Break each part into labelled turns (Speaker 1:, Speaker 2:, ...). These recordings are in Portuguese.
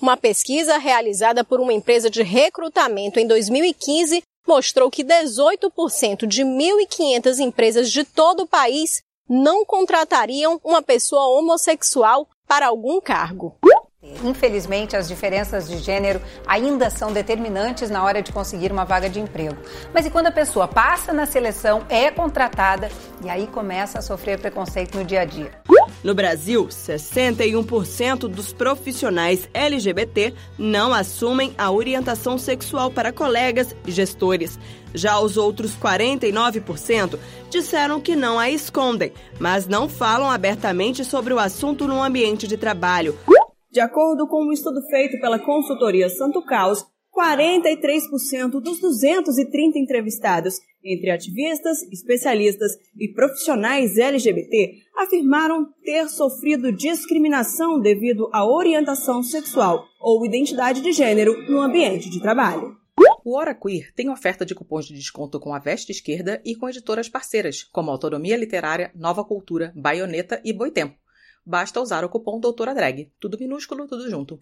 Speaker 1: Uma pesquisa realizada por uma empresa de recrutamento em 2015 mostrou que 18% de 1.500 empresas de todo o país não contratariam uma pessoa homossexual para algum cargo.
Speaker 2: Infelizmente, as diferenças de gênero ainda são determinantes na hora de conseguir uma vaga de emprego. Mas e quando a pessoa passa na seleção, é contratada e aí começa a sofrer preconceito no dia a dia?
Speaker 3: No Brasil, 61% dos profissionais LGBT não assumem a orientação sexual para colegas e gestores. Já os outros 49% disseram que não a escondem, mas não falam abertamente sobre o assunto no ambiente de trabalho. De acordo com um estudo feito pela consultoria Santo Caos, 43% dos 230 entrevistados, entre ativistas, especialistas e profissionais LGBT, afirmaram ter sofrido discriminação devido à orientação sexual ou identidade de gênero no ambiente de trabalho.
Speaker 4: O Hora Queer tem oferta de cupons de desconto com a Veste Esquerda e com editoras parceiras, como Autonomia Literária, Nova Cultura, Baioneta e Boitempo. Basta usar o cupom Doutora Drag. Tudo minúsculo, tudo junto.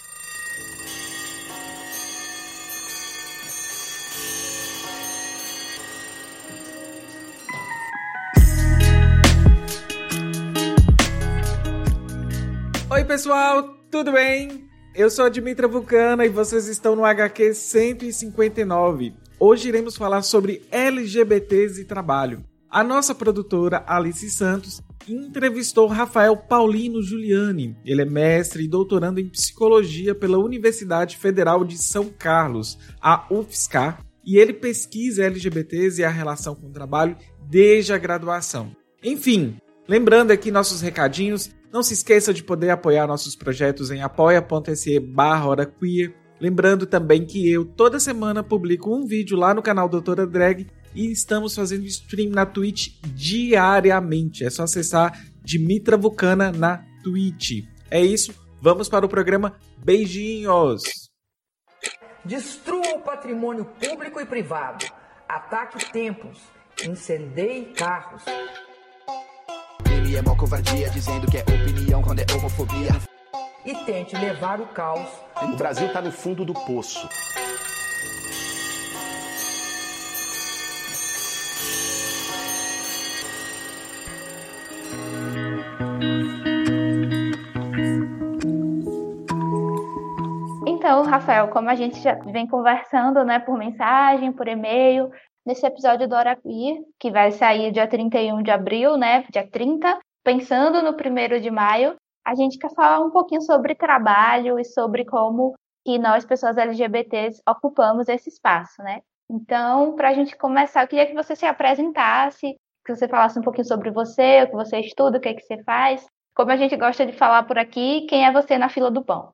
Speaker 5: Oi, pessoal, tudo bem? Eu sou a Dimitra Vulcana e vocês estão no HQ 159. Hoje iremos falar sobre LGBTs e trabalho. A nossa produtora Alice Santos entrevistou Rafael Paulino Giuliani. Ele é mestre e doutorando em psicologia pela Universidade Federal de São Carlos, a UFSCar, e ele pesquisa LGBTs e a relação com o trabalho desde a graduação. Enfim, lembrando aqui nossos recadinhos, não se esqueça de poder apoiar nossos projetos em apoia.se/horaqueer. Lembrando também que eu, toda semana, publico um vídeo lá no canal Doutora Drag e estamos fazendo stream na Twitch diariamente. É só acessar Dimitra Vulcana na Twitch. É isso, vamos para o programa. Beijinhos!
Speaker 6: Destrua o patrimônio público e privado. Ataque templos. Incendeie carros.
Speaker 7: Ele é mó covardia, dizendo que é opinião quando é homofobia.
Speaker 6: E tente levar o caos.
Speaker 8: O Brasil tá no fundo do poço.
Speaker 9: Então, Rafael, como a gente já vem conversando, né, por mensagem, por e-mail, nesse episódio do Hora Queer, que vai sair dia 31 de abril, né, dia 30, pensando no 1º de maio, a gente quer falar um pouquinho sobre trabalho e sobre como que nós, pessoas LGBTs, ocupamos esse espaço, né? Então, para a gente começar, eu queria que você se apresentasse, que você falasse um pouquinho sobre você, o que você estuda, o que é que você faz. Como a gente gosta de falar por aqui, quem é você na fila do pão?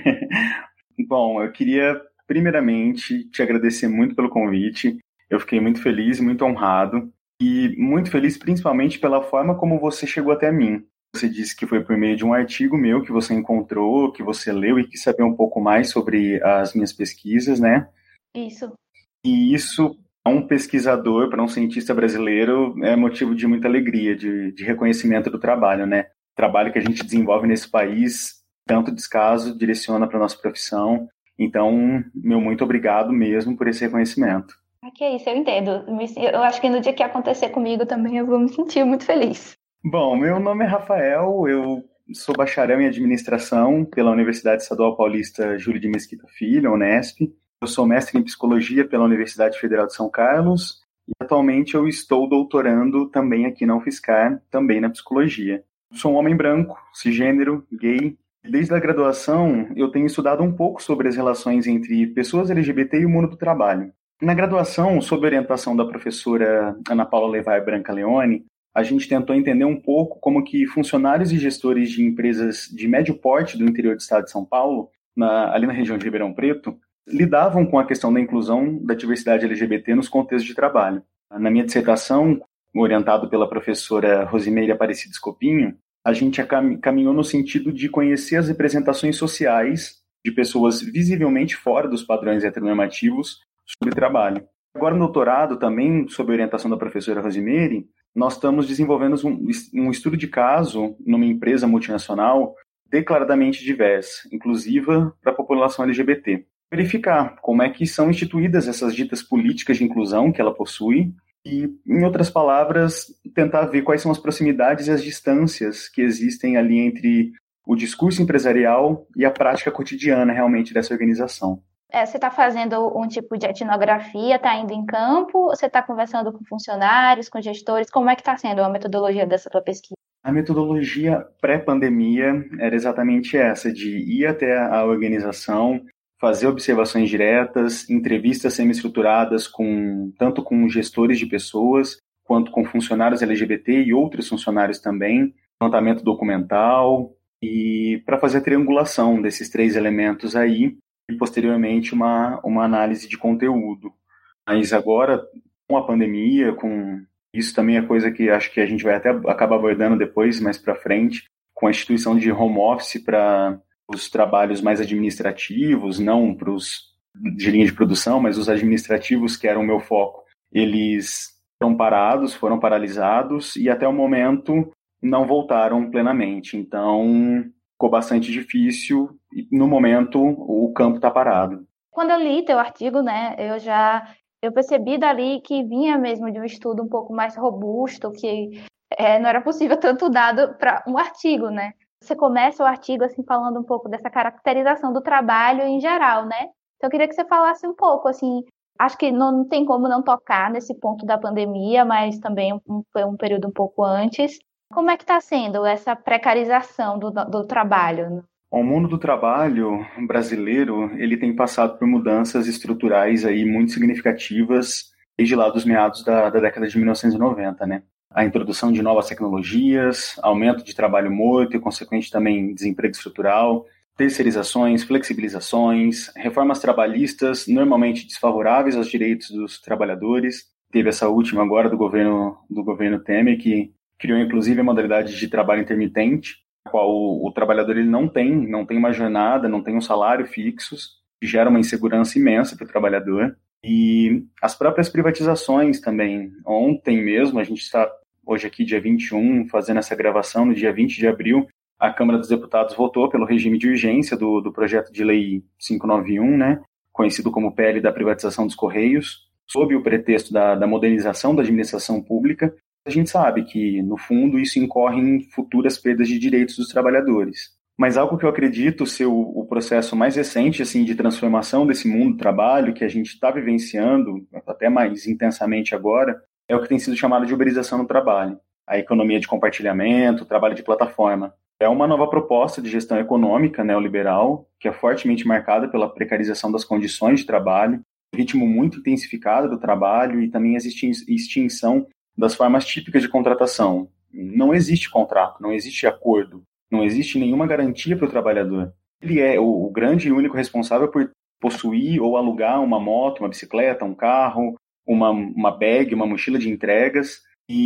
Speaker 10: Bom, eu queria, primeiramente, te agradecer muito pelo convite. Eu fiquei muito feliz, muito honrado. E muito feliz, principalmente, pela forma como você chegou até mim. Você disse que foi por meio de um artigo meu que você encontrou, que você leu e quis saber um pouco mais sobre as minhas pesquisas, né?
Speaker 9: Isso.
Speaker 10: E isso, para um pesquisador, para um cientista brasileiro, é motivo de muita alegria, de reconhecimento do trabalho, né? O trabalho que a gente desenvolve nesse país, tanto descaso, direciona para a nossa profissão. Então, meu muito obrigado mesmo por esse reconhecimento.
Speaker 9: Que é isso, eu entendo. Eu acho que no dia que acontecer comigo também eu vou me sentir muito feliz.
Speaker 10: Bom, meu nome é Rafael, eu sou bacharel em administração pela Universidade Estadual Paulista Júlio de Mesquita Filho, Unesp. Eu sou mestre em psicologia pela Universidade Federal de São Carlos e atualmente eu estou doutorando também aqui na UFSCar, também na psicologia. Sou um homem branco, cisgênero, gay. Desde a graduação, eu tenho estudado um pouco sobre as relações entre pessoas LGBT e o mundo do trabalho. Na graduação, sob orientação da professora Ana Paula Levar Branca Leone, a gente tentou entender um pouco como que funcionários e gestores de empresas de médio porte do interior do estado de São Paulo, ali na região de Ribeirão Preto, lidavam com a questão da inclusão da diversidade LGBT nos contextos de trabalho. Na minha dissertação, orientado pela professora Rosimeire Aparecida Scopinho, a gente caminhou no sentido de conhecer as representações sociais de pessoas visivelmente fora dos padrões heteronormativos sobre trabalho. Agora, no doutorado, também, sob orientação da professora Rosimeire, nós estamos desenvolvendo um estudo de caso numa empresa multinacional declaradamente diversa, inclusiva para a população população LGBT. Verificar como é que são instituídas essas ditas políticas de inclusão que ela possui e, em outras palavras, tentar ver quais são as proximidades e as distâncias que existem ali entre o discurso empresarial e a prática cotidiana realmente dessa organização.
Speaker 9: Você está fazendo um tipo de etnografia, está indo em campo, você está conversando com funcionários, com gestores? Como é que está sendo a metodologia dessa tua pesquisa?
Speaker 10: A metodologia pré-pandemia era exatamente essa, de ir até a organização, fazer observações diretas, entrevistas semi-estruturadas tanto com gestores de pessoas, quanto com funcionários LGBT e outros funcionários também, levantamento documental, e para fazer a triangulação desses 3 elementos aí, e posteriormente uma análise de conteúdo. Mas agora, com a pandemia, isso também é coisa que acho que a gente vai até acabar abordando depois, mais para frente, com a instituição de home office para os trabalhos mais administrativos, não para os de linha de produção, mas os administrativos, que eram o meu foco, eles foram paralisados e até o momento não voltaram plenamente. Então, ficou bastante difícil e, no momento, o campo está parado.
Speaker 9: Quando eu li teu artigo, né, eu percebi dali que vinha mesmo de um estudo um pouco mais robusto, que não era possível tanto dado para um artigo, né? Você começa o artigo assim falando um pouco dessa caracterização do trabalho em geral, né? Então eu queria que você falasse um pouco, assim, acho que não tem como não tocar nesse ponto da pandemia, mas também foi um período um pouco antes. Como é que está sendo essa precarização do trabalho?
Speaker 10: O mundo do trabalho brasileiro, ele tem passado por mudanças estruturais aí muito significativas desde lá dos meados da década de 1990, né? A introdução de novas tecnologias, aumento de trabalho morto e, consequente, também desemprego estrutural, terceirizações, flexibilizações, reformas trabalhistas normalmente desfavoráveis aos direitos dos trabalhadores. Teve essa última agora do governo Temer, que criou inclusive a modalidade de trabalho intermitente, na qual o trabalhador ele não tem uma jornada, não tem um salário fixos, que gera uma insegurança imensa para o trabalhador. E as próprias privatizações também. Ontem mesmo, a gente está hoje aqui dia 21, fazendo essa gravação, no dia 20 de abril, a Câmara dos Deputados votou pelo regime de urgência do projeto de lei 591, né, conhecido como PL da privatização dos Correios, sob o pretexto da modernização da administração pública. A gente sabe que, no fundo, isso incorre em futuras perdas de direitos dos trabalhadores. Mas algo que eu acredito ser o processo mais recente assim, de transformação desse mundo do trabalho, que a gente está vivenciando até mais intensamente agora, é o que tem sido chamado de uberização no trabalho. A economia de compartilhamento, o trabalho de plataforma. É uma nova proposta de gestão econômica neoliberal, que é fortemente marcada pela precarização das condições de trabalho, ritmo muito intensificado do trabalho e também a extinção das formas típicas de contratação. Não existe contrato, não existe acordo, não existe nenhuma garantia para o trabalhador. Ele é o grande e único responsável por possuir ou alugar uma moto, uma bicicleta, um carro, uma bag, uma mochila de entregas,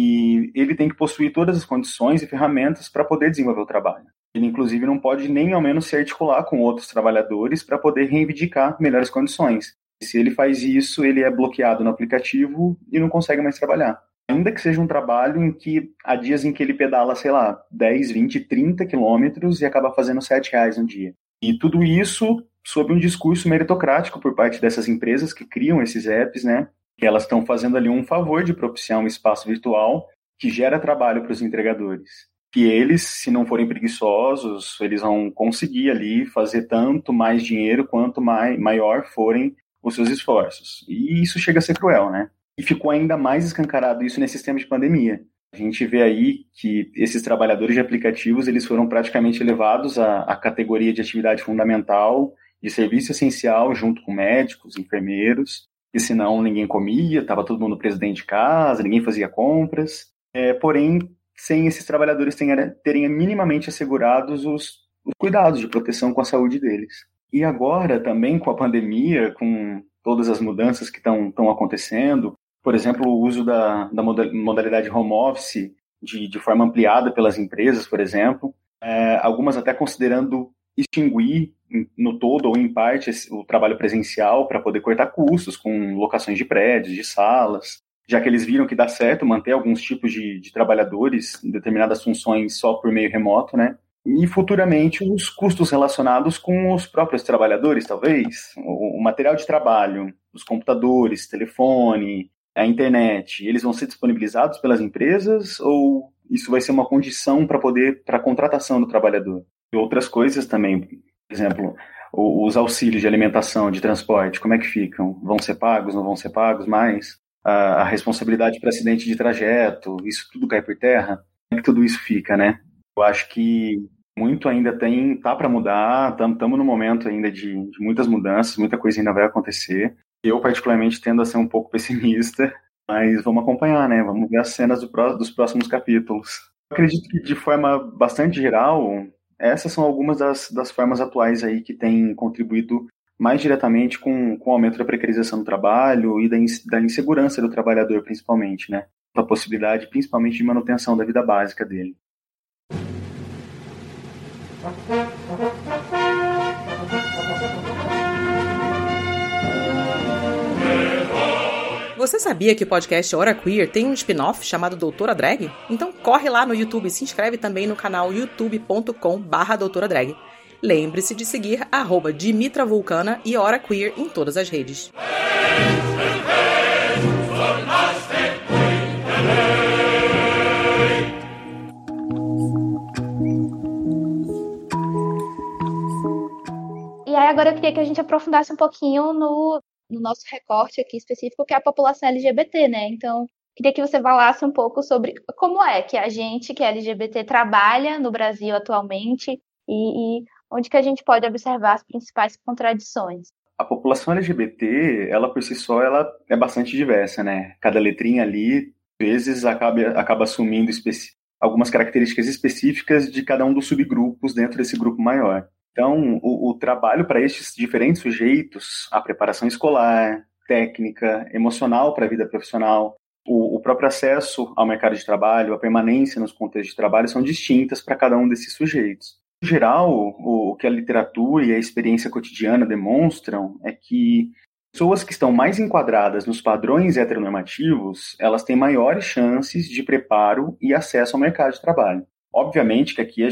Speaker 10: e ele tem que possuir todas as condições e ferramentas para poder desenvolver o trabalho. Ele, inclusive, não pode nem ao menos se articular com outros trabalhadores para poder reivindicar melhores condições. E se ele faz isso, ele é bloqueado no aplicativo e não consegue mais trabalhar. Ainda que seja um trabalho em que há dias em que ele pedala, 10, 20, 30 quilômetros e acaba fazendo R$7 no dia. E tudo isso sob um discurso meritocrático por parte dessas empresas que criam esses apps, né? Que elas estão fazendo ali um favor de propiciar um espaço virtual que gera trabalho para os entregadores. Que eles, se não forem preguiçosos, eles vão conseguir ali fazer tanto mais dinheiro quanto maior forem os seus esforços. E isso chega a ser cruel, né? E ficou ainda mais escancarado isso nesse sistema de pandemia. A gente vê aí que esses trabalhadores de aplicativos, eles foram praticamente levados à categoria de atividade fundamental, de serviço essencial, junto com médicos, enfermeiros, e senão ninguém comia, estava todo mundo preso dentro de casa, ninguém fazia compras. Porém, sem esses trabalhadores terem minimamente assegurados os cuidados de proteção com a saúde deles. E agora, também com a pandemia, com todas as mudanças que estão acontecendo, por exemplo, o uso da modalidade home office de forma ampliada pelas empresas, por exemplo, algumas até considerando extinguir no todo ou em parte o trabalho presencial para poder cortar custos com locações de prédios, de salas, já que eles viram que dá certo manter alguns tipos de trabalhadores em determinadas funções só por meio remoto, né? E futuramente os custos relacionados com os próprios trabalhadores, talvez. O material de trabalho, os computadores, telefone, a internet, eles vão ser disponibilizados pelas empresas ou isso vai ser uma condição para a contratação do trabalhador? E outras coisas também, por exemplo, os auxílios de alimentação, de transporte, como é que ficam? Vão ser pagos, não vão ser pagos mais? A responsabilidade por acidente de trajeto, isso tudo cai por terra? Como é que tudo isso fica, né? Eu acho que muito ainda tá para mudar, estamos no momento ainda de muitas mudanças, muita coisa ainda vai acontecer. Eu, particularmente, tendo a ser um pouco pessimista, mas vamos acompanhar, né? Vamos ver as cenas dos próximos capítulos. Eu acredito que, de forma bastante geral, essas são algumas das formas atuais aí que têm contribuído mais diretamente com o aumento da precarização do trabalho e da insegurança do trabalhador, principalmente, né? A possibilidade, principalmente, de manutenção da vida básica dele.
Speaker 4: Você sabia que o podcast Hora Queer tem um spin-off chamado Doutora Drag? Então corre lá no YouTube e se inscreve também no canal youtube.com/doutoradrag. Lembre-se de seguir @Dimitra Vulcana e Hora Queer em todas as redes.
Speaker 9: E aí agora eu queria que a gente aprofundasse um pouquinho no nosso recorte aqui específico, que é a população LGBT, né? Então, queria que você falasse um pouco sobre como é que a gente, que é LGBT, trabalha no Brasil atualmente e onde que a gente pode observar as principais contradições.
Speaker 10: A população LGBT, ela por si só, ela é bastante diversa, né? Cada letrinha ali, às vezes, acaba assumindo algumas características específicas de cada um dos subgrupos dentro desse grupo maior. Então, o trabalho para estes diferentes sujeitos, a preparação escolar, técnica, emocional para a vida profissional, o próprio acesso ao mercado de trabalho, a permanência nos contextos de trabalho são distintas para cada um desses sujeitos. Em geral, o que a literatura e a experiência cotidiana demonstram é que pessoas que estão mais enquadradas nos padrões heteronormativos, elas têm maiores chances de preparo e acesso ao mercado de trabalho. Obviamente que aqui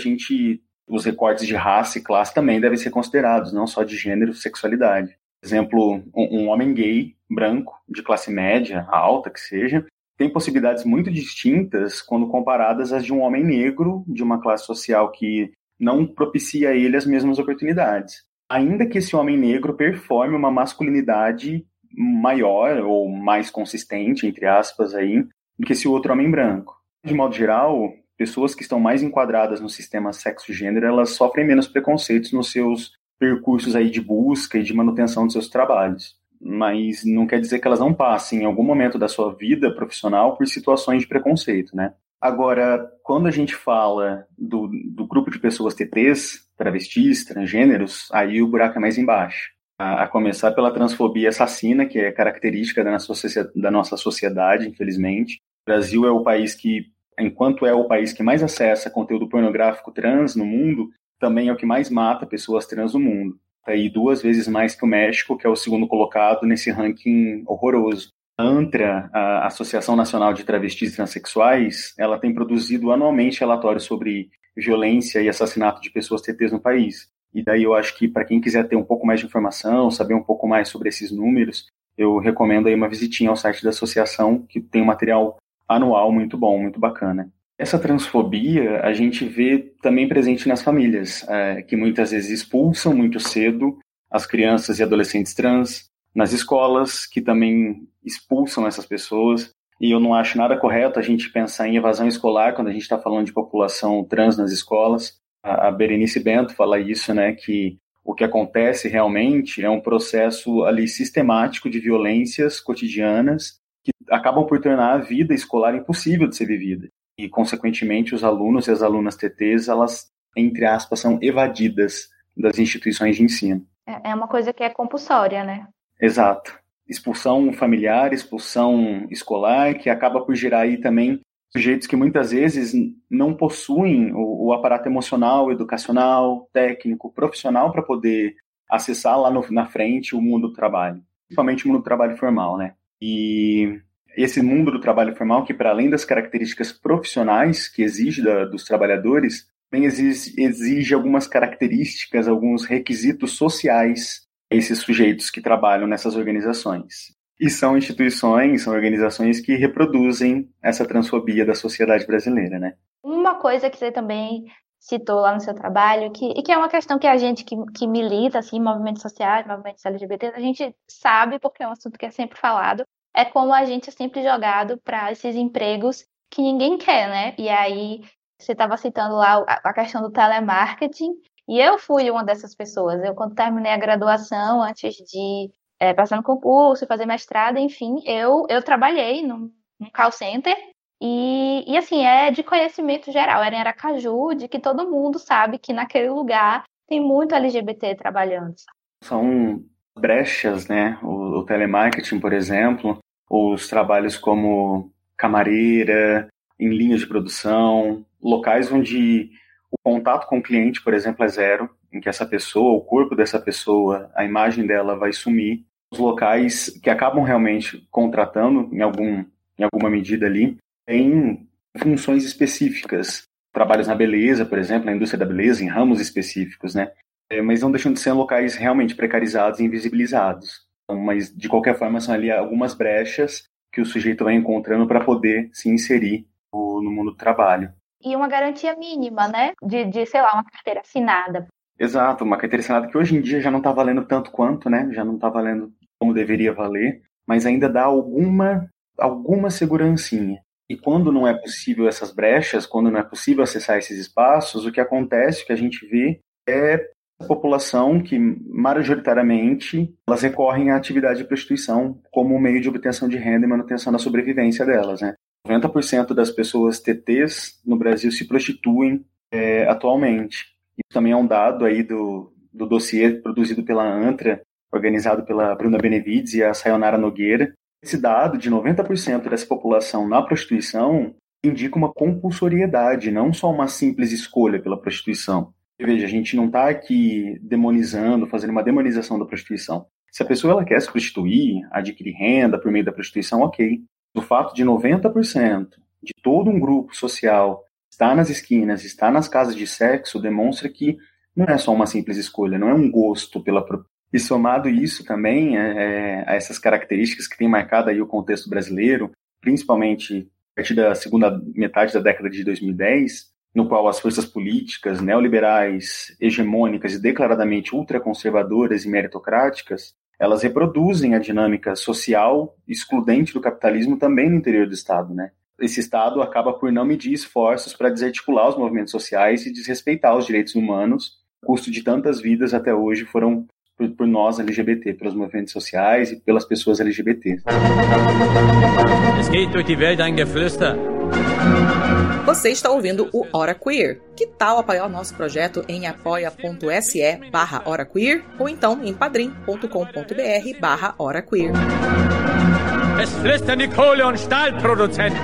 Speaker 10: os recortes de raça e classe também devem ser considerados, não só de gênero e sexualidade. Por exemplo, um homem gay, branco, de classe média, alta que seja, tem possibilidades muito distintas quando comparadas às de um homem negro, de uma classe social que não propicia a ele as mesmas oportunidades. Ainda que esse homem negro performe uma masculinidade maior ou mais consistente, entre aspas, aí, do que esse outro homem branco. De modo geral, pessoas que estão mais enquadradas no sistema sexo-gênero, elas sofrem menos preconceitos nos seus percursos aí de busca e de manutenção dos seus trabalhos. Mas não quer dizer que elas não passem em algum momento da sua vida profissional por situações de preconceito, né? Agora, quando a gente fala do grupo de pessoas TTs, travestis, transgêneros, aí o buraco é mais embaixo. A começar pela transfobia assassina, que é característica da nossa sociedade, infelizmente. O Brasil é o país que, enquanto é o país que mais acessa conteúdo pornográfico trans no mundo, também é o que mais mata pessoas trans no mundo. Está aí 2 vezes mais que o México, que é o segundo colocado nesse ranking horroroso. A ANTRA, a Associação Nacional de Travestis e Transsexuais, ela tem produzido anualmente relatórios sobre violência e assassinato de pessoas TTs no país. E daí eu acho que para quem quiser ter um pouco mais de informação, saber um pouco mais sobre esses números, eu recomendo aí uma visitinha ao site da associação, que tem um material anual muito bom, muito bacana. Essa transfobia a gente vê também presente nas famílias, que muitas vezes expulsam muito cedo as crianças e adolescentes trans, nas escolas, que também expulsam essas pessoas, e eu não acho nada correto a gente pensar em evasão escolar quando a gente está falando de população trans nas escolas. A Berenice Bento fala isso, né, que o que acontece realmente é um processo ali sistemático de violências cotidianas que acabam por tornar a vida escolar impossível de ser vivida. E, consequentemente, os alunos e as alunas TTs, elas, entre aspas, são evadidas das instituições de ensino.
Speaker 9: É uma coisa que é compulsória, né?
Speaker 10: Exato. Expulsão familiar, expulsão escolar, que acaba por gerar aí também sujeitos que muitas vezes não possuem o aparato emocional, educacional, técnico, profissional para poder acessar lá na frente o mundo do trabalho. Principalmente o mundo do trabalho formal, né? E esse mundo do trabalho formal, que para além das características profissionais que exige dos trabalhadores, exige algumas características, alguns requisitos sociais a esses sujeitos que trabalham nessas organizações. E são instituições, são organizações que reproduzem essa transfobia da sociedade brasileira, né?
Speaker 9: Uma coisa que você também citou lá no seu trabalho, que é uma questão que a gente que milita, assim, movimentos sociais, movimentos LGBT, a gente sabe, porque é um assunto que é sempre falado, é como a gente é sempre jogado para esses empregos que ninguém quer, né? E aí, você estava citando lá a questão do telemarketing, e eu fui uma dessas pessoas. Eu, quando terminei a graduação, antes de passar no concurso, fazer mestrado, enfim, eu trabalhei num call center, e assim, é de conhecimento geral, era em Aracaju, de que todo mundo sabe que naquele lugar tem muito LGBT trabalhando.
Speaker 10: São brechas, né? O telemarketing, por exemplo, os trabalhos como camareira, em linhas de produção, locais onde o contato com o cliente, por exemplo, é zero, em que essa pessoa, o corpo dessa pessoa, a imagem dela vai sumir. Os locais que acabam realmente contratando, em alguma medida ali, têm funções específicas. Trabalhos na beleza, por exemplo, na indústria da beleza, em ramos específicos, né? Mas não deixam de ser locais realmente precarizados e invisibilizados. Mas, de qualquer forma, são ali algumas brechas que o sujeito vai encontrando para poder se inserir no mundo do trabalho.
Speaker 9: E uma garantia mínima, né? De, sei lá, uma carteira assinada.
Speaker 10: Exato, uma carteira assinada que hoje em dia já não está valendo tanto quanto, né? Já não está valendo como deveria valer, mas ainda dá alguma segurancinha. E quando não é possível essas brechas, quando não é possível acessar esses espaços, o que acontece, o que a gente vê, é a população que, majoritariamente, elas recorrem à atividade de prostituição como meio de obtenção de renda e manutenção da sobrevivência delas, né? 90% das pessoas TTs no Brasil se prostituem atualmente. Isso também é um dado aí do dossiê produzido pela ANTRA, organizado pela Bruna Benevides e a Sayonara Nogueira. Esse dado de 90% dessa população na prostituição indica uma compulsoriedade, não só uma simples escolha pela prostituição. E veja, a gente não está aqui demonizando, fazendo uma demonização da prostituição. Se a pessoa ela quer se prostituir, adquirir renda por meio da prostituição, ok. O fato de 90% de todo um grupo social estar nas esquinas, estar nas casas de sexo, demonstra que não é só uma simples escolha, não é um gosto pela prostituição. E somado isso também a essas características que tem marcado aí o contexto brasileiro, principalmente a partir da segunda metade da década de 2010, no qual as forças políticas neoliberais, hegemônicas e declaradamente ultraconservadoras e meritocráticas, elas reproduzem a dinâmica social excludente do capitalismo também no interior do Estado, né? Esse Estado acaba por não medir esforços para desarticular os movimentos sociais e desrespeitar os direitos humanos. O custo de tantas vidas até hoje foram por nós LGBT, pelos movimentos sociais e pelas pessoas LGBT.
Speaker 11: Es geht durch die Welt ein Geflüster.
Speaker 4: Você está ouvindo o Hora Queer. Que tal apoiar o nosso projeto em apoia.se/Hora Queer ou então em padrim.com.br/Hora Queer.
Speaker 11: Es flüstern die Kohle- und Stahlproduzenten.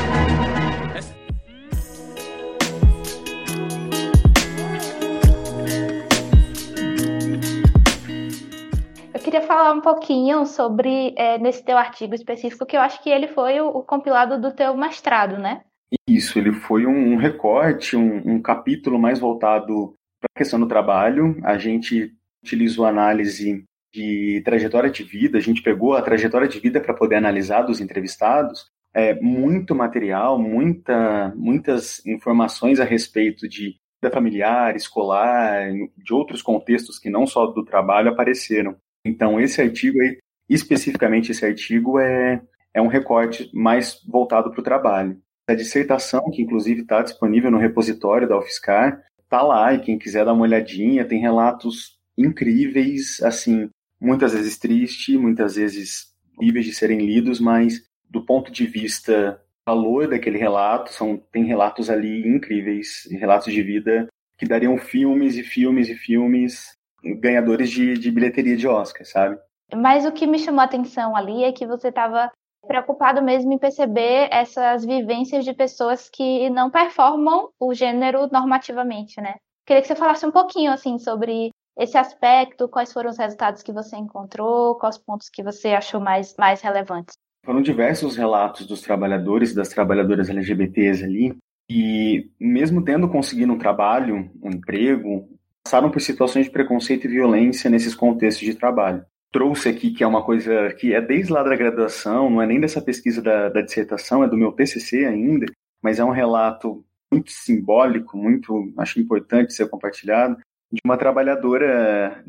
Speaker 9: Eu queria falar um pouquinho sobre, nesse teu artigo específico, que eu acho que ele foi o compilado do teu mestrado, né?
Speaker 10: Isso, ele foi um recorte, um capítulo mais voltado para a questão do trabalho. A gente utilizou análise de trajetória de vida, a gente pegou a trajetória de vida para poder analisar dos entrevistados, muito material, muitas informações a respeito de vida familiar, escolar, de outros contextos que não só do trabalho apareceram. Então, esse artigo, especificamente esse artigo, é um recorte mais voltado para o trabalho. A dissertação, que inclusive está disponível no repositório da UFSCar, está lá, e quem quiser dar uma olhadinha, tem relatos incríveis, assim, muitas vezes tristes, muitas vezes horríveis de serem lidos, mas do ponto de vista valor daquele relato, tem relatos ali incríveis, relatos de vida que dariam filmes e filmes e filmes ganhadores de bilheteria de Oscar, sabe?
Speaker 9: Mas o que me chamou a atenção ali é que você estava preocupado mesmo em perceber essas vivências de pessoas que não performam o gênero normativamente, né? Queria que você falasse um pouquinho, assim, sobre esse aspecto, quais foram os resultados que você encontrou, quais pontos que você achou mais relevantes.
Speaker 10: Foram diversos relatos dos trabalhadores e das trabalhadoras LGBTs ali, e mesmo tendo conseguido um trabalho, um emprego, passaram por situações de preconceito e violência nesses contextos de trabalho. Trouxe aqui que é uma coisa que é desde lá da graduação, não é nem dessa pesquisa da dissertação, é do meu TCC ainda, mas é um relato muito simbólico, muito, acho importante ser compartilhado, de uma trabalhadora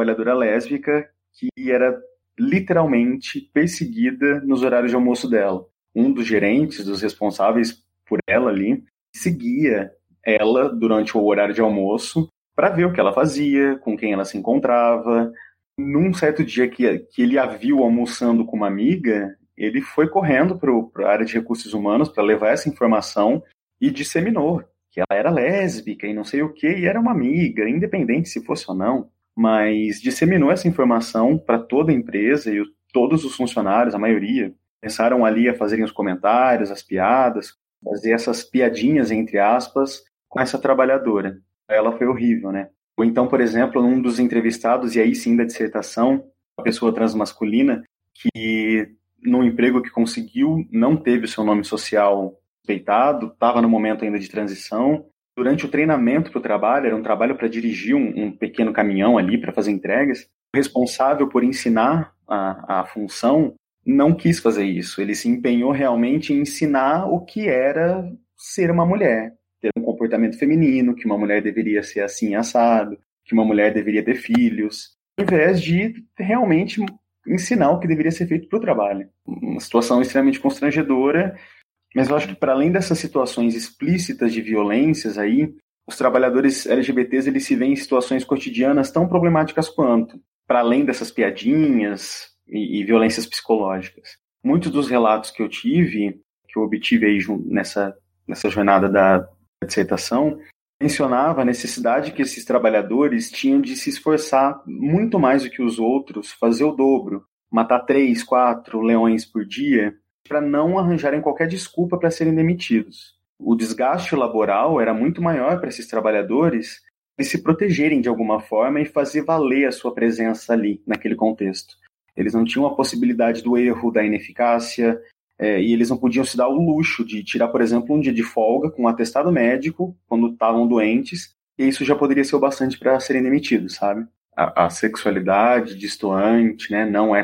Speaker 10: lésbica que era literalmente perseguida nos horários de almoço dela. Um dos gerentes, dos responsáveis por ela ali, seguia ela durante o horário de almoço para ver o que ela fazia, com quem ela se encontrava. Num certo dia que ele a viu almoçando com uma amiga, ele foi correndo para a área de recursos humanos para levar essa informação e disseminou que ela era lésbica e não sei o que, e era uma amiga, independente se fosse ou não, mas disseminou essa informação para toda a empresa e todos os funcionários, a maioria, começaram ali a fazerem os comentários, as piadas, fazer essas piadinhas, entre aspas, com essa trabalhadora. Ela foi horrível, né? Ou então, por exemplo, um dos entrevistados, e aí sim da dissertação, uma pessoa transmasculina que, num emprego que conseguiu, não teve o seu nome social respeitado, estava no momento ainda de transição. Durante o treinamento para o trabalho, era um trabalho para dirigir um pequeno caminhão ali para fazer entregas, o responsável por ensinar a função não quis fazer isso. Ele se empenhou realmente em ensinar o que era ser uma mulher, ter um comportamento feminino, que uma mulher deveria ser assim assado, que uma mulher deveria ter filhos, ao invés de realmente ensinar o que deveria ser feito para o trabalho. Uma situação extremamente constrangedora, mas eu acho que para além dessas situações explícitas de violências aí, os trabalhadores LGBTs eles se veem em situações cotidianas tão problemáticas quanto, para além dessas piadinhas e violências psicológicas. Muitos dos relatos que eu tive, que eu obtive aí nessa jornada da dissertação, mencionava a necessidade que esses trabalhadores tinham de se esforçar muito mais do que os outros, fazer o dobro, matar 3, 4 leões por dia, para não arranjarem qualquer desculpa para serem demitidos. O desgaste laboral era muito maior para esses trabalhadores e se protegerem de alguma forma e fazer valer a sua presença ali, naquele contexto. Eles não tinham a possibilidade do erro, da ineficácia, e eles não podiam se dar o luxo de tirar, por exemplo, um dia de folga com um atestado médico quando estavam doentes, e isso já poderia ser o bastante para serem demitidos, sabe? A sexualidade distoante, né, não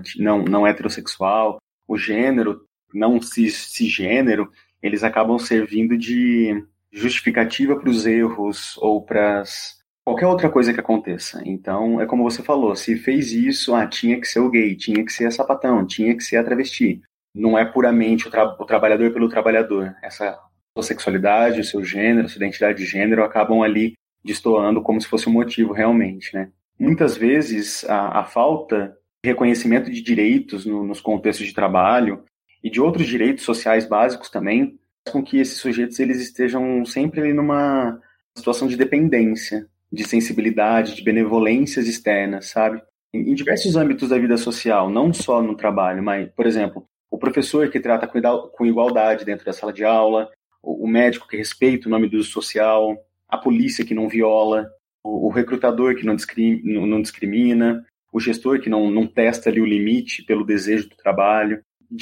Speaker 10: heterossexual, o gênero, não cisgênero, eles acabam servindo de justificativa para os erros ou para qualquer outra coisa que aconteça. Então, é como você falou, se fez isso, tinha que ser o gay, tinha que ser a sapatão, tinha que ser a travesti. Não é puramente o trabalhador pelo trabalhador. Essa sua sexualidade, o seu gênero, a sua identidade de gênero acabam ali destoando como se fosse um motivo realmente, né? Muitas vezes, a falta de reconhecimento de direitos nos contextos de trabalho e de outros direitos sociais básicos também, faz com que esses sujeitos eles estejam sempre ali numa situação de dependência, de sensibilidade, de benevolências externas, sabe? Em diversos âmbitos da vida social, não só no trabalho, mas, por exemplo, o professor que trata com igualdade dentro da sala de aula, o médico que respeita o nome do uso social, a polícia que não viola, o recrutador que não discrimina, o gestor que não testa ali o limite pelo desejo do trabalho.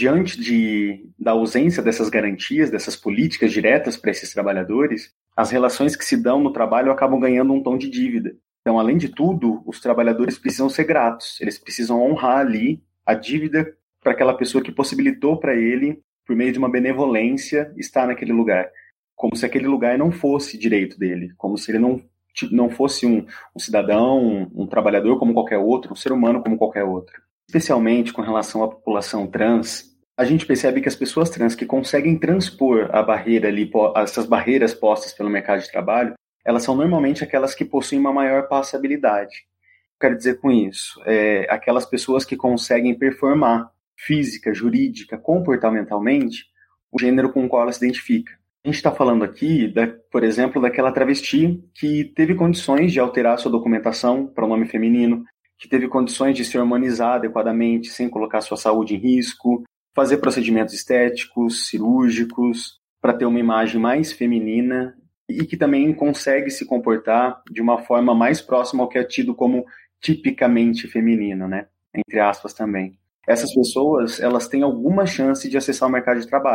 Speaker 10: Diante da ausência dessas garantias, dessas políticas diretas para esses trabalhadores, as relações que se dão no trabalho acabam ganhando um tom de dívida. Então, além de tudo, os trabalhadores precisam ser gratos, eles precisam honrar ali a dívida para aquela pessoa que possibilitou para ele, por meio de uma benevolência, estar naquele lugar. Como se aquele lugar não fosse direito dele, como se ele não fosse um cidadão, um trabalhador como qualquer outro, um ser humano como qualquer outro. Especialmente com relação à população trans, a gente percebe que as pessoas trans que conseguem transpor a barreira ali, essas barreiras postas pelo mercado de trabalho, elas são normalmente aquelas que possuem uma maior passabilidade. Quero dizer com isso, aquelas pessoas que conseguem performar física, jurídica, comportamentalmente, o gênero com o qual ela se identifica. A gente está falando aqui, por exemplo, daquela travesti que teve condições de alterar sua documentação para o nome feminino, que teve condições de se harmonizar adequadamente, sem colocar sua saúde em risco, fazer procedimentos estéticos, cirúrgicos, para ter uma imagem mais feminina e que também consegue se comportar de uma forma mais próxima ao que é tido como tipicamente feminino, né? Entre aspas também. Essas pessoas, elas têm alguma chance de acessar o mercado de trabalho,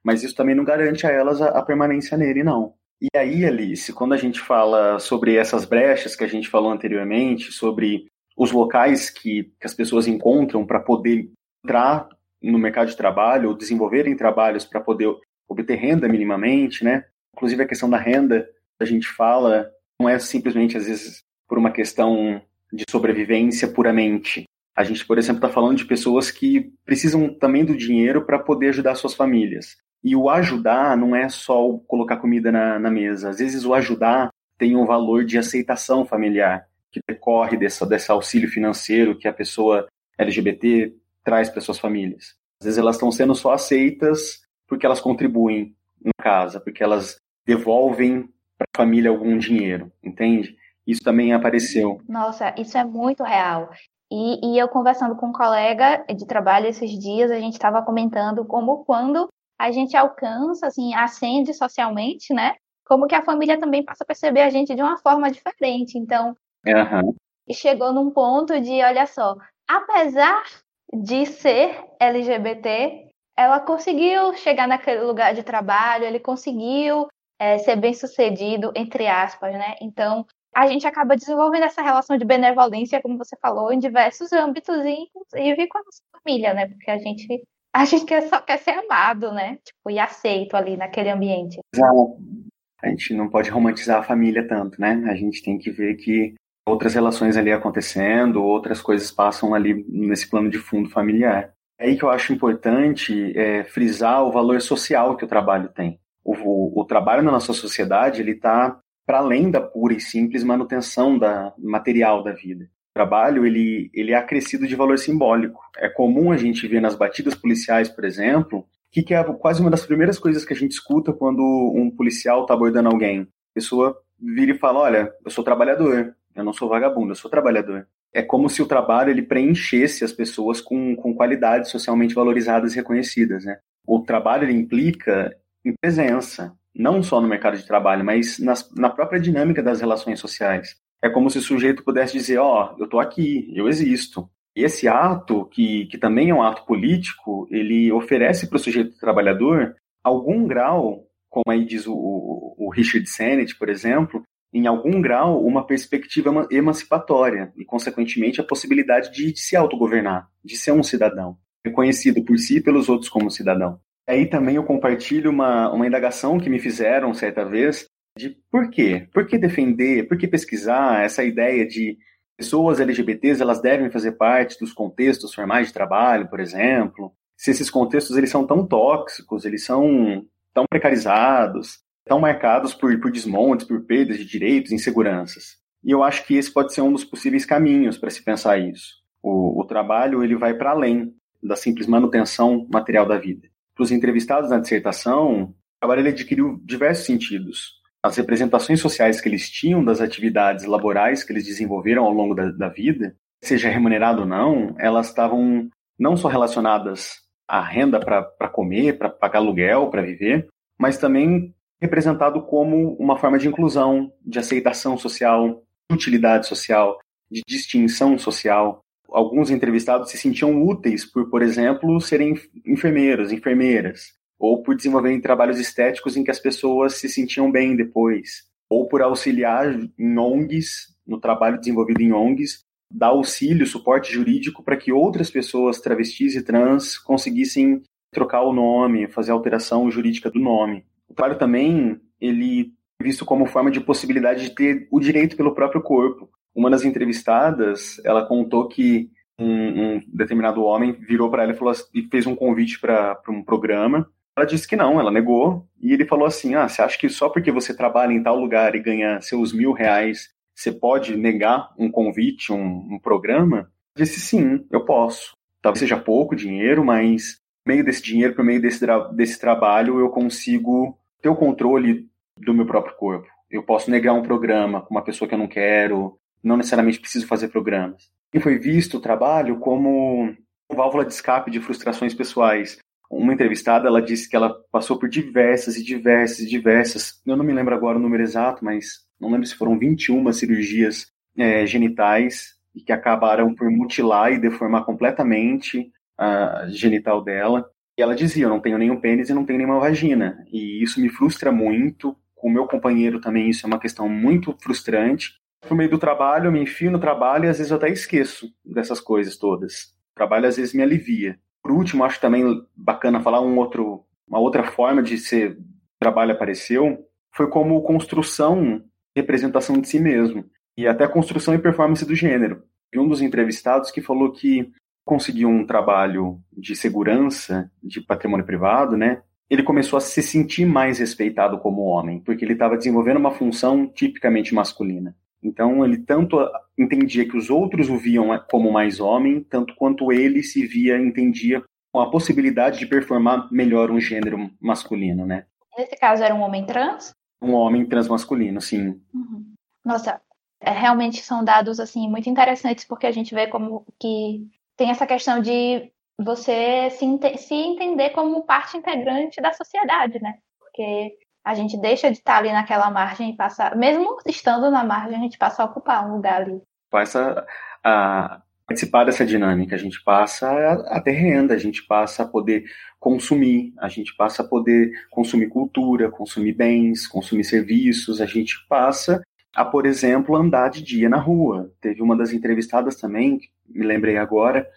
Speaker 10: mas isso também não garante a elas a permanência nele, não. E aí, Alice, quando a gente fala sobre essas brechas que a gente falou anteriormente, sobre os locais que as pessoas encontram para poder entrar no mercado de trabalho ou desenvolverem trabalhos para poder obter renda minimamente, né? Inclusive a questão da renda, a gente fala, não é simplesmente, às vezes, por uma questão de sobrevivência puramente. A gente, por exemplo, está falando de pessoas que precisam também do dinheiro para poder ajudar suas famílias. E o ajudar não é só colocar comida na mesa. Às vezes o ajudar tem um valor de aceitação familiar, que decorre desse auxílio financeiro que a pessoa LGBT traz para suas famílias. Às vezes elas estão sendo só aceitas porque elas contribuem na casa, porque elas devolvem para a família algum dinheiro, entende? Isso também apareceu.
Speaker 9: Nossa, isso é muito real. E eu conversando com um colega de trabalho esses dias, a gente estava comentando como quando a gente alcança, assim, ascende socialmente, né? Como que a família também passa a perceber a gente de uma forma diferente. Então, chegou num ponto de, olha só, apesar de ser LGBT, ela conseguiu chegar naquele lugar de trabalho, ele conseguiu ser bem-sucedido, entre aspas, né? Então, a gente acaba desenvolvendo essa relação de benevolência, como você falou, em diversos âmbitos, inclusive com a nossa família, né? Porque a gente só quer ser amado, né? Tipo, e aceito ali naquele ambiente.
Speaker 10: Exato. A gente não pode romantizar a família tanto, né? A gente tem que ver que outras relações ali acontecendo, outras coisas passam ali nesse plano de fundo familiar. É aí que eu acho importante frisar o valor social que o trabalho tem. O trabalho na nossa sociedade, ele está para além da pura e simples manutenção material da vida. O trabalho, ele é acrescido de valor simbólico. É comum a gente ver nas batidas policiais, por exemplo, que é quase uma das primeiras coisas que a gente escuta quando um policial está abordando alguém. A pessoa vira e fala, olha, eu sou trabalhador, eu não sou vagabundo, eu sou trabalhador. É como se o trabalho ele preenchesse as pessoas com qualidades socialmente valorizadas e reconhecidas, né? O trabalho ele implica em presença, não só no mercado de trabalho, mas na própria dinâmica das relações sociais. É como se o sujeito pudesse dizer, eu estou aqui, eu existo. E esse ato, que também é um ato político, ele oferece para o sujeito trabalhador algum grau, como aí diz o Richard Sennett, por exemplo, em algum grau uma perspectiva emancipatória e, consequentemente, a possibilidade de se autogovernar, de ser um cidadão, reconhecido por si e pelos outros como cidadão. Aí também eu compartilho uma indagação que me fizeram certa vez de por quê? Por que defender, por que pesquisar essa ideia de pessoas LGBTs, elas devem fazer parte dos contextos formais de trabalho, por exemplo? Se esses contextos eles são tão tóxicos, eles são tão precarizados, tão marcados por desmontes, por perdas de direitos, inseguranças. E eu acho que esse pode ser um dos possíveis caminhos para se pensar isso. O trabalho ele vai para além da simples manutenção material da vida. Para os entrevistados na dissertação, o trabalho ele adquiriu diversos sentidos. As representações sociais que eles tinham das atividades laborais que eles desenvolveram ao longo da vida, seja remunerado ou não, elas estavam não só relacionadas à renda para comer, para pagar aluguel, para viver, mas também representado como uma forma de inclusão, de aceitação social, de utilidade social, de distinção social. Alguns entrevistados se sentiam úteis por exemplo, serem enfermeiros, enfermeiras, ou por desenvolverem trabalhos estéticos em que as pessoas se sentiam bem depois, ou por auxiliar em ONGs, no trabalho desenvolvido em ONGs, dar auxílio, suporte jurídico para que outras pessoas travestis e trans conseguissem trocar o nome, fazer a alteração jurídica do nome. O trabalho também, ele é visto como forma de possibilidade de ter o direito pelo próprio corpo. Uma das entrevistadas, ela contou que um determinado homem virou para ela e fez um convite para um programa. Ela disse que não, ela negou. E ele falou assim, você acha que só porque você trabalha em tal lugar e ganha seus R$1.000, você pode negar um convite, um programa? Eu disse, sim, eu posso. Talvez seja pouco dinheiro, mas por meio desse dinheiro, por meio desse trabalho, eu consigo ter o controle do meu próprio corpo. Eu posso negar um programa com uma pessoa que eu não quero, não necessariamente preciso fazer programas. E foi visto o trabalho como válvula de escape de frustrações pessoais. Uma entrevistada, ela disse que ela passou por diversas, eu não me lembro agora o número exato, mas não lembro se foram 21 cirurgias genitais, e que acabaram por mutilar e deformar completamente a genital dela. E ela dizia, eu não tenho nenhum pênis e não tenho nenhuma vagina. E isso me frustra muito. Com o meu companheiro também isso é uma questão muito frustrante. No meio do trabalho, eu me enfio no trabalho e às vezes eu até esqueço dessas coisas todas. O trabalho às vezes me alivia. Por último, acho também bacana falar uma outra forma de ser trabalho apareceu, foi como construção, representação de si mesmo. E até construção e performance do gênero. E um dos entrevistados que falou que conseguiu um trabalho de segurança de patrimônio privado, né? Ele começou a se sentir mais respeitado como homem, porque ele estava desenvolvendo uma função tipicamente masculina. Então, ele tanto entendia que os outros o viam como mais homem, tanto quanto ele se via, entendia com a possibilidade de performar melhor um gênero masculino, né?
Speaker 9: Nesse caso, era um homem trans?
Speaker 10: Um homem transmasculino, sim.
Speaker 9: Uhum. Nossa, realmente são dados, assim, muito interessantes, porque a gente vê como que tem essa questão de você se entender como parte integrante da sociedade, né? Porque a gente deixa de estar ali naquela margem e passa, mesmo estando na margem, a gente passa a ocupar um lugar ali.
Speaker 10: Passa a participar dessa dinâmica, a gente passa a ter renda, a gente passa a poder consumir, a gente passa a poder consumir cultura, consumir bens, consumir serviços, a gente passa a, por exemplo, andar de dia na rua. Teve uma das entrevistadas também, que me lembrei agora,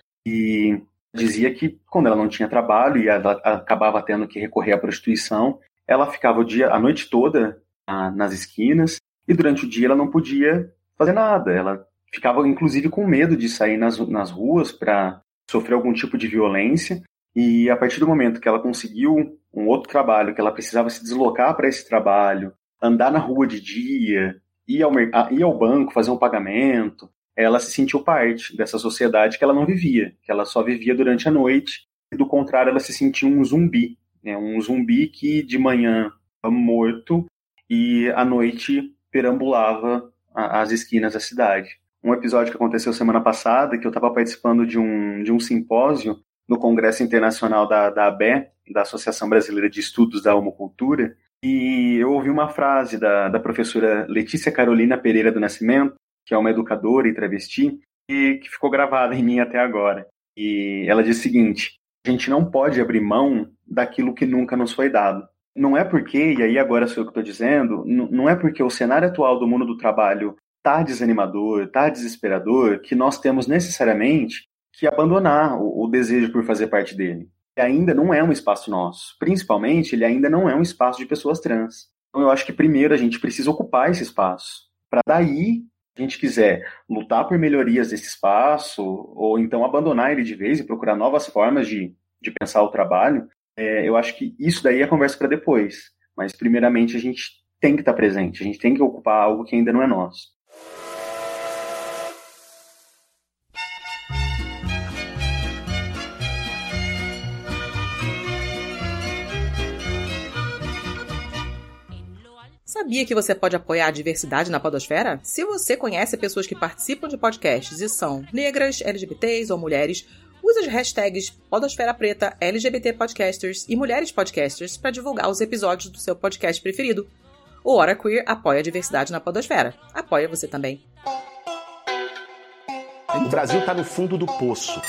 Speaker 10: e dizia que quando ela não tinha trabalho e ela acabava tendo que recorrer à prostituição, ela ficava a noite toda nas esquinas e durante o dia ela não podia fazer nada. Ela ficava, inclusive, com medo de sair nas ruas para sofrer algum tipo de violência. E a partir do momento que ela conseguiu um outro trabalho, que ela precisava se deslocar para esse trabalho, andar na rua de dia, ir ao banco, fazer um pagamento, ela se sentiu parte dessa sociedade que ela não vivia, que ela só vivia durante a noite. E, do contrário, ela se sentia um zumbi. Um zumbi que de manhã estava morto e à noite perambulava as esquinas da cidade. Um episódio que aconteceu semana passada, que eu estava participando de um simpósio no Congresso Internacional da ABE, da Associação Brasileira de Estudos da Homocultura, e eu ouvi uma frase da professora Letícia Carolina Pereira do Nascimento, que é uma educadora e travesti, e que ficou gravada em mim até agora. E ela diz o seguinte: a gente não pode abrir mão daquilo que nunca nos foi dado. Não é porque, e aí agora sou eu que estou dizendo, não é porque o cenário atual do mundo do trabalho está desanimador, está desesperador, que nós temos necessariamente que abandonar o desejo por fazer parte dele. E ainda não é um espaço nosso. Principalmente, ele ainda não é um espaço de pessoas trans. Então eu acho que primeiro a gente precisa ocupar esse espaço. Para daí, se a gente quiser lutar por melhorias desse espaço, ou então abandonar ele de vez e procurar novas formas de pensar o trabalho, eu acho que isso daí é conversa para depois. Mas, primeiramente, a gente tem que estar presente, a gente tem que ocupar algo que ainda não é nosso.
Speaker 4: Sabia que você pode apoiar a diversidade na podosfera? Se você conhece pessoas que participam de podcasts e são negras, LGBTs ou mulheres, use as hashtags Podosfera Preta, LGBT Podcasters e Mulheres Podcasters para divulgar os episódios do seu podcast preferido. O Hora Queer apoia a diversidade na podosfera. Apoia você também.
Speaker 8: O Brasil está no fundo do poço.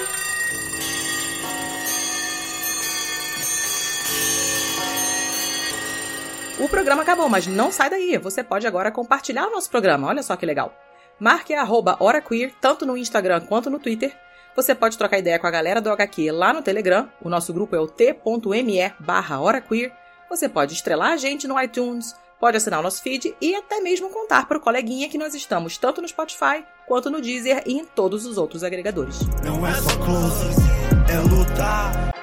Speaker 4: O programa acabou, mas não sai daí. Você pode agora compartilhar o nosso programa. Olha só que legal. Marque a @HoraQueer, tanto no Instagram quanto no Twitter. Você pode trocar ideia com a galera do HQ lá no Telegram. O nosso grupo é o t.me/HoraQueer. Você pode estrelar a gente no iTunes, pode assinar o nosso feed e até mesmo contar para o coleguinha que nós estamos tanto no Spotify quanto no Deezer e em todos os outros agregadores.
Speaker 12: Não é só close, é lutar.